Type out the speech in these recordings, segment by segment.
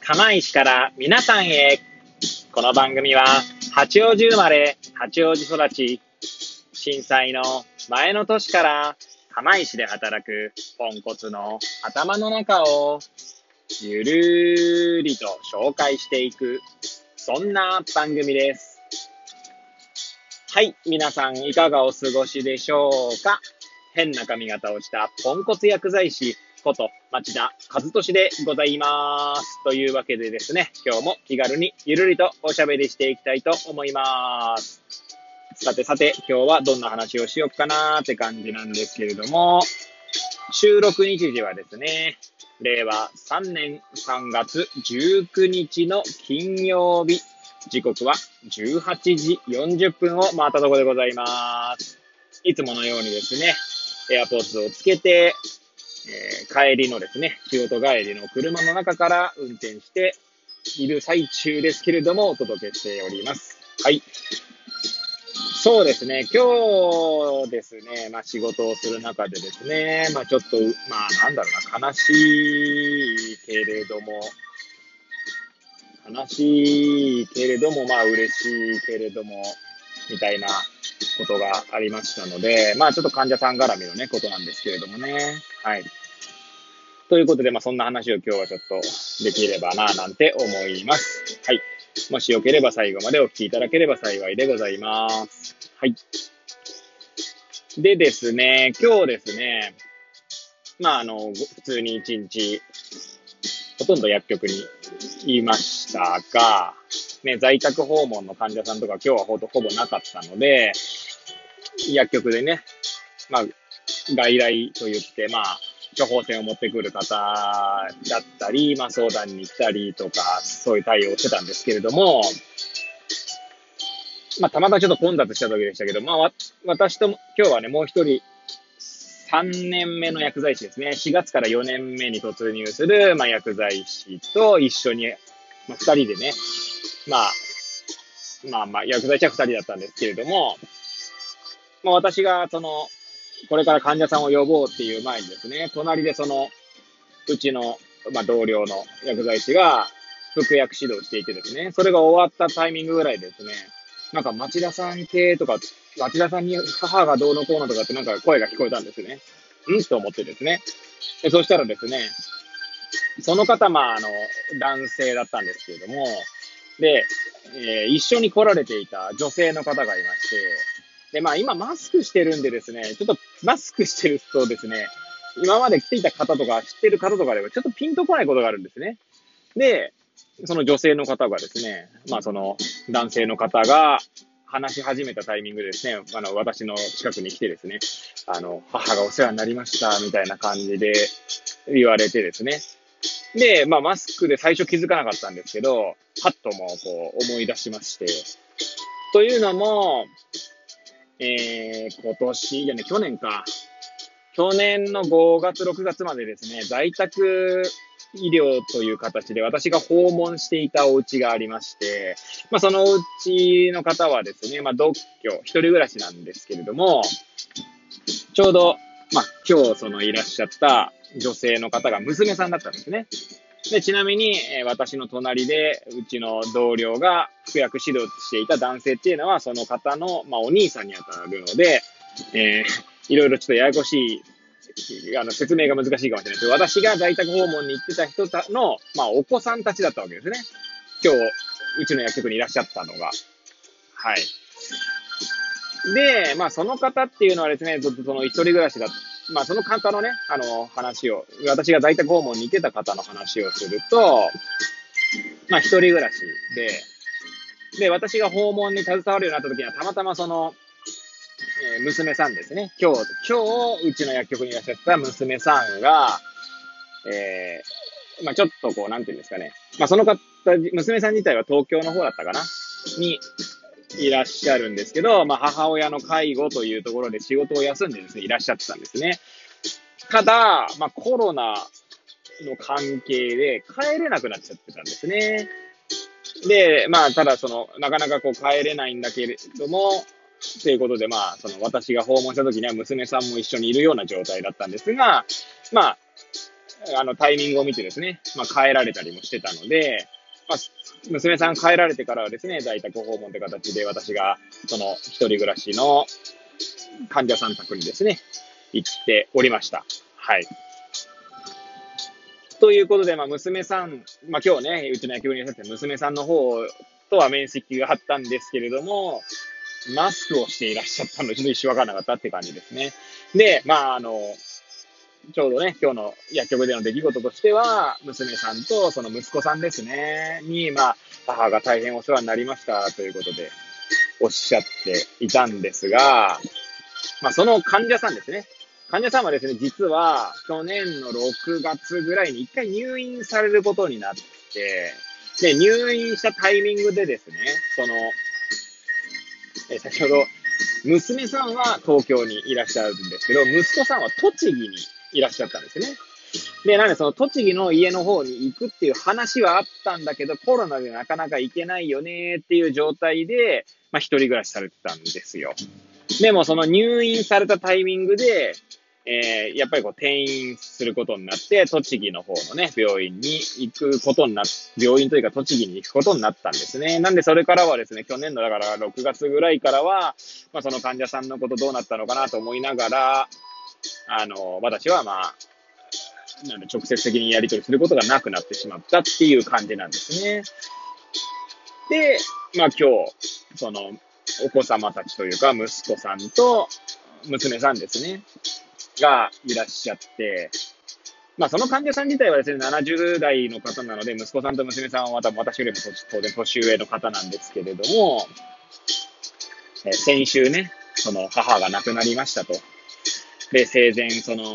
釜石から皆さんへ。この番組は八王子生まれ、八王子育ち、震災の前の年から釜石で働くポンコツの頭の中をゆるりと紹介していく、そんな番組です。はい、皆さんいかがお過ごしでしょうか。変な髪型をしたポンコツ薬剤師こと町田和俊でございます。というわけでですね、今日も気軽にゆるりとおしゃべりしていきたいと思います。さて、今日はどんな話をしようかなーって感じなんですけれども、収録日時はですね、令和3年3月19日の金曜日、時刻は18時40分を回ったところでございます。いつものようにですね、AirPods をつけて、帰りのですね、仕事帰りの車の中から運転している最中ですけれども、お届けしております。はい。そうですね、今日ですね、仕事をする中でですね、ちょっと、悲しいけれども、嬉しいけれども、みたいなことがありましたので、ちょっと患者さん絡みのね、ことなんですけれどもね。はい。ということで、そんな話を今日はちょっとできればな、なんて思います。はい。もしよければ最後までお聞きいただければ幸いでございます。はい。でですね、今日ですね、普通に一日、ほとんど薬局にいましたが、ね、在宅訪問の患者さんとか今日はほぼなかったので、薬局でね、外来と言って、処方箋を持ってくる方だったり、相談に来たりとか、そういう対応をしてたんですけれども、たまたまちょっと混雑した時でしたけど、私と今日はね、もう一人、3年目の薬剤師ですね。4月から4年目に突入する、薬剤師と一緒に、2人でね、薬剤師は2人だったんですけれども、私がこれから患者さんを呼ぼうっていう前にですね、隣でうちの、同僚の薬剤師が服薬指導していてですね、それが終わったタイミングぐらいですね、町田さん系とか、町田さんに母がどうのこうのとかって声が聞こえたんですね。と思ってですね。そしたらですね、その方、男性だったんですけれども、で、一緒に来られていた女性の方がいまして、で、今マスクしてるんでですね、ちょっとマスクしてるとですね、今まで来ていた方とか知ってる方とかではちょっとピンとこないことがあるんですね。で、その女性の方がですね、その男性の方が話し始めたタイミングでですね、私の近くに来てですね、母がお世話になりました、みたいな感じで言われてですね。で、マスクで最初気づかなかったんですけど、パッともう思い出しまして。というのも、去年の5月、6月までですね、在宅医療という形で私が訪問していたお家がありまして、そのお家の方はですね、独居、一人暮らしなんですけれども、ちょうど、今日いらっしゃった女性の方が娘さんだったんですね。で、ちなみに、私の隣で、うちの同僚が服薬指導していた男性っていうのは、その方の、お兄さんにあたるので、いろいろちょっとややこしい、説明が難しいかもしれないですけど、私が在宅訪問に行ってた人の、お子さんたちだったわけですね。今日、うちの薬局にいらっしゃったのが。はい。で、その方っていうのはですね、ずっと一人暮らしだその方のね、話を、私が在宅訪問に行ってた方の話をすると、一人暮らしで、私が訪問に携わるようになった時には、たまたま娘さんですね。今日、うちの薬局にいらっしゃった娘さんが、ちょっとなんていうんですかね。その方、娘さん自体は東京の方だったかなにいらっしゃるんですけど、母親の介護というところで仕事を休んでですね、いらっしゃってたんですね。ただ、コロナの関係で帰れなくなっちゃってたんですね。で、ただなかなか帰れないんだけれども、ということで、私が訪問した時には娘さんも一緒にいるような状態だったんですが、 タイミングを見てですね、帰られたりもしてたので、娘さん帰られてからはですね、在宅訪問という形で私が、その一人暮らしの患者さん宅にですね、行っておりました。はい。ということで、娘さん、今日ね、うちの野球部にいらっしゃって娘さんの方とは面識があったんですけれども、マスクをしていらっしゃったので、ちょっと一瞬わからなかったって感じですね。で、ちょうどね、今日の薬局での出来事としては、娘さんとその息子さんですね、に、母が大変お世話になりましたということで、おっしゃっていたんですが、その患者さんですね。患者さんはですね、実は去年の6月ぐらいに一回入院されることになって、で、入院したタイミングでですね、先ほど、娘さんは東京にいらっしゃるんですけど、息子さんは栃木にいらっしゃったんですね。で、なんでその栃木の家の方に行くっていう話はあったんだけど、コロナでなかなか行けないよねっていう状態で、一人暮らしされてたんですよ。でもその入院されたタイミングで、やっぱり転院することになって、栃木の方のね、病院に行くことになっ、病院というか栃木に行くことになったんですね。なんでそれからはですね、去年のだから6月ぐらいからは、その患者さんのことどうなったのかなと思いながら、私はなんで直接的にやり取りすることがなくなってしまったっていう感じなんですね。で、今日、その、お子様たちというか、息子さんと娘さんですね、がいらっしゃって、その患者さん自体はですね、70代の方なので、息子さんと娘さんはまた私よりも当然年上の方なんですけれども、先週ね、その母が亡くなりましたと。で、生前、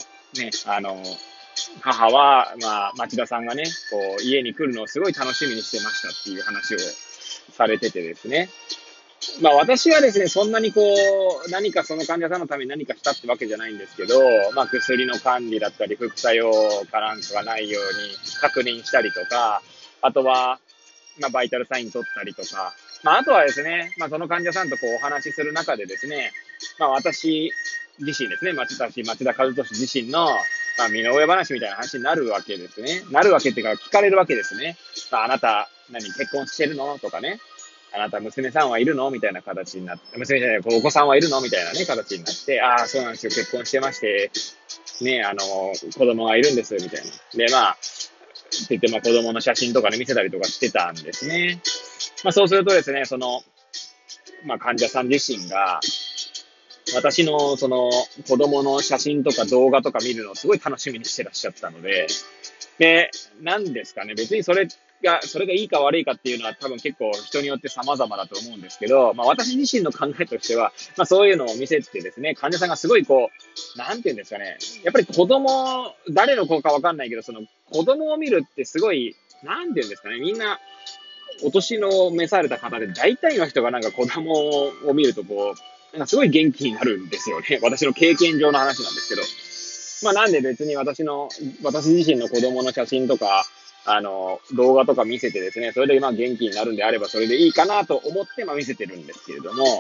母は、町田さんがね、家に来るのをすごい楽しみにしてましたっていう話をされててですね。私はですね、そんなに何かその患者さんのために何かしたってわけじゃないんですけど、薬の管理だったり、副作用かなんかがないように確認したりとか、あとは、バイタルサイン取ったりとか、あとはですね、その患者さんとお話しする中でですね、私自身ですね、町田和俊自身の、身の上話みたいな話になるわけですね。なるわけっていうか、聞かれるわけですね。あなた、結婚してるのとかね。あなた、娘さんはいるのみたいな形になって、娘じゃない、お子さんはいるのみたいなね、形になって、ああ、そうなんですよ、結婚してまして、ね、子供がいるんです、みたいな。で、って言って、子供の写真とかね、見せたりとかしてたんですね。そうするとですね、患者さん自身が、私の子供の写真とか動画とか見るのをすごい楽しみにしてらっしゃったので、で、なんですかね、別にそれがいいか悪いかっていうのは多分結構人によって様々だと思うんですけど、私自身の考えとしては、そういうのを見せてですね、患者さんがすごいなんていうんですかね、やっぱり誰の子かわかんないけど、子供を見るってすごい、なんていうんですかね、みんな、お年の召された方で大体の人がなんか子供を見るとなんかすごい元気になるんですよね。私の経験上の話なんですけど。なんで別に私自身の子供の写真とか、動画とか見せてですね、それで元気になるんであればそれでいいかなと思って見せてるんですけれども、はい。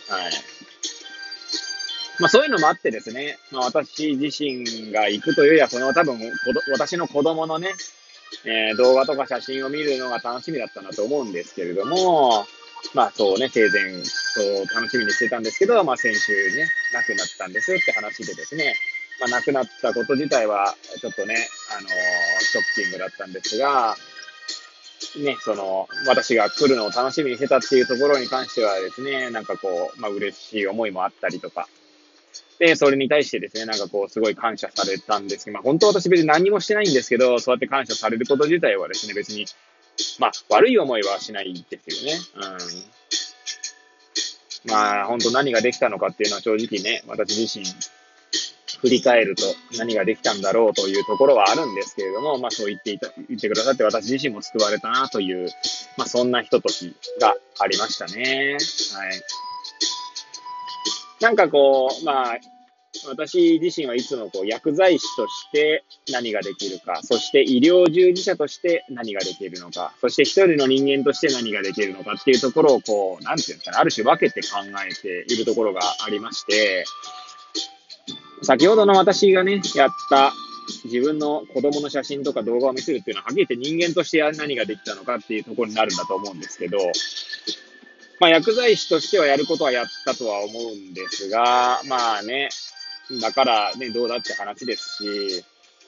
そういうのもあってですね、私自身が行くというよりは、多分、私の子供のね、動画とか写真を見るのが楽しみだったなと思うんですけれども、そうね、生前、そう楽しみにしてたんですけど、先週ね、亡くなったんですって話でですね、亡くなったこと自体は、ちょっとね、ショッキングだったんですが、ね、私が来るのを楽しみにしてたっていうところに関してはですね、なんか嬉しい思いもあったりとか、で、それに対してですね、なんかすごい感謝されたんですけど、本当私別に何もしてないんですけど、そうやって感謝されること自体はですね、別に、悪い思いはしないですよね。本当何ができたのかっていうのは正直ね、私自身、振り返ると何ができたんだろうというところはあるんですけれども、そう言ってくださって私自身も救われたなという、そんなひとときがありましたね。はい。なんか私自身はいつも薬剤師として何ができるか、そして医療従事者として何ができるのか、そして一人の人間として何ができるのかっていうところをなんていうんですかね、ある種分けて考えているところがありまして、先ほどの私がね、やった自分の子供の写真とか動画を見せるっていうのは、はっきり言って人間として何ができたのかっていうところになるんだと思うんですけど、薬剤師としてはやることはやったとは思うんですが、だからね、どうだって話ですし、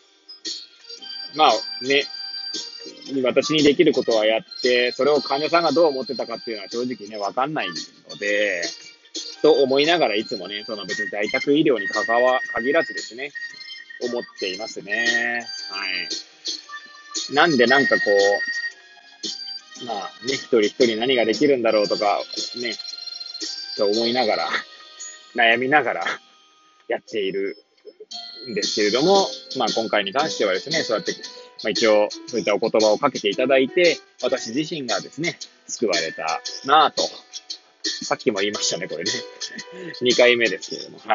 私にできることはやって、それを患者さんがどう思ってたかっていうのは正直ね、わかんないので、と思いながらいつもね、その別に在宅医療に限らずですね、思っていますね。はい。なんで一人一人何ができるんだろうとか、ね、と思いながら、悩みながらやっているんですけれども、今回に関してはですね、そうやって、一応、そういったお言葉をかけていただいて、私自身がですね、救われたなぁと。さっきも言いましたね、これね。2回目ですけれども、はい。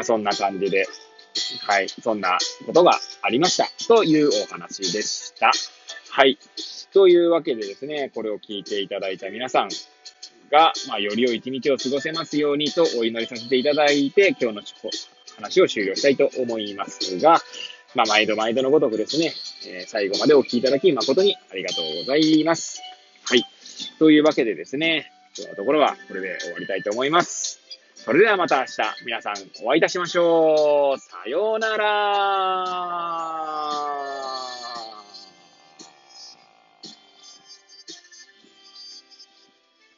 そんな感じで、はい、そんなことがありました。というお話でした。はい。というわけでですね、これを聞いていただいた皆さんが、より良い一日を過ごせますようにとお祈りさせていただいて、今日の話を終了したいと思いますが、毎度毎度のごとくですね、最後までお聞きいただき誠にありがとうございます。はい。というわけでですね、今日のところはこれで終わりたいと思います。それではまた明日、皆さんお会いいたしましょう。さようなら。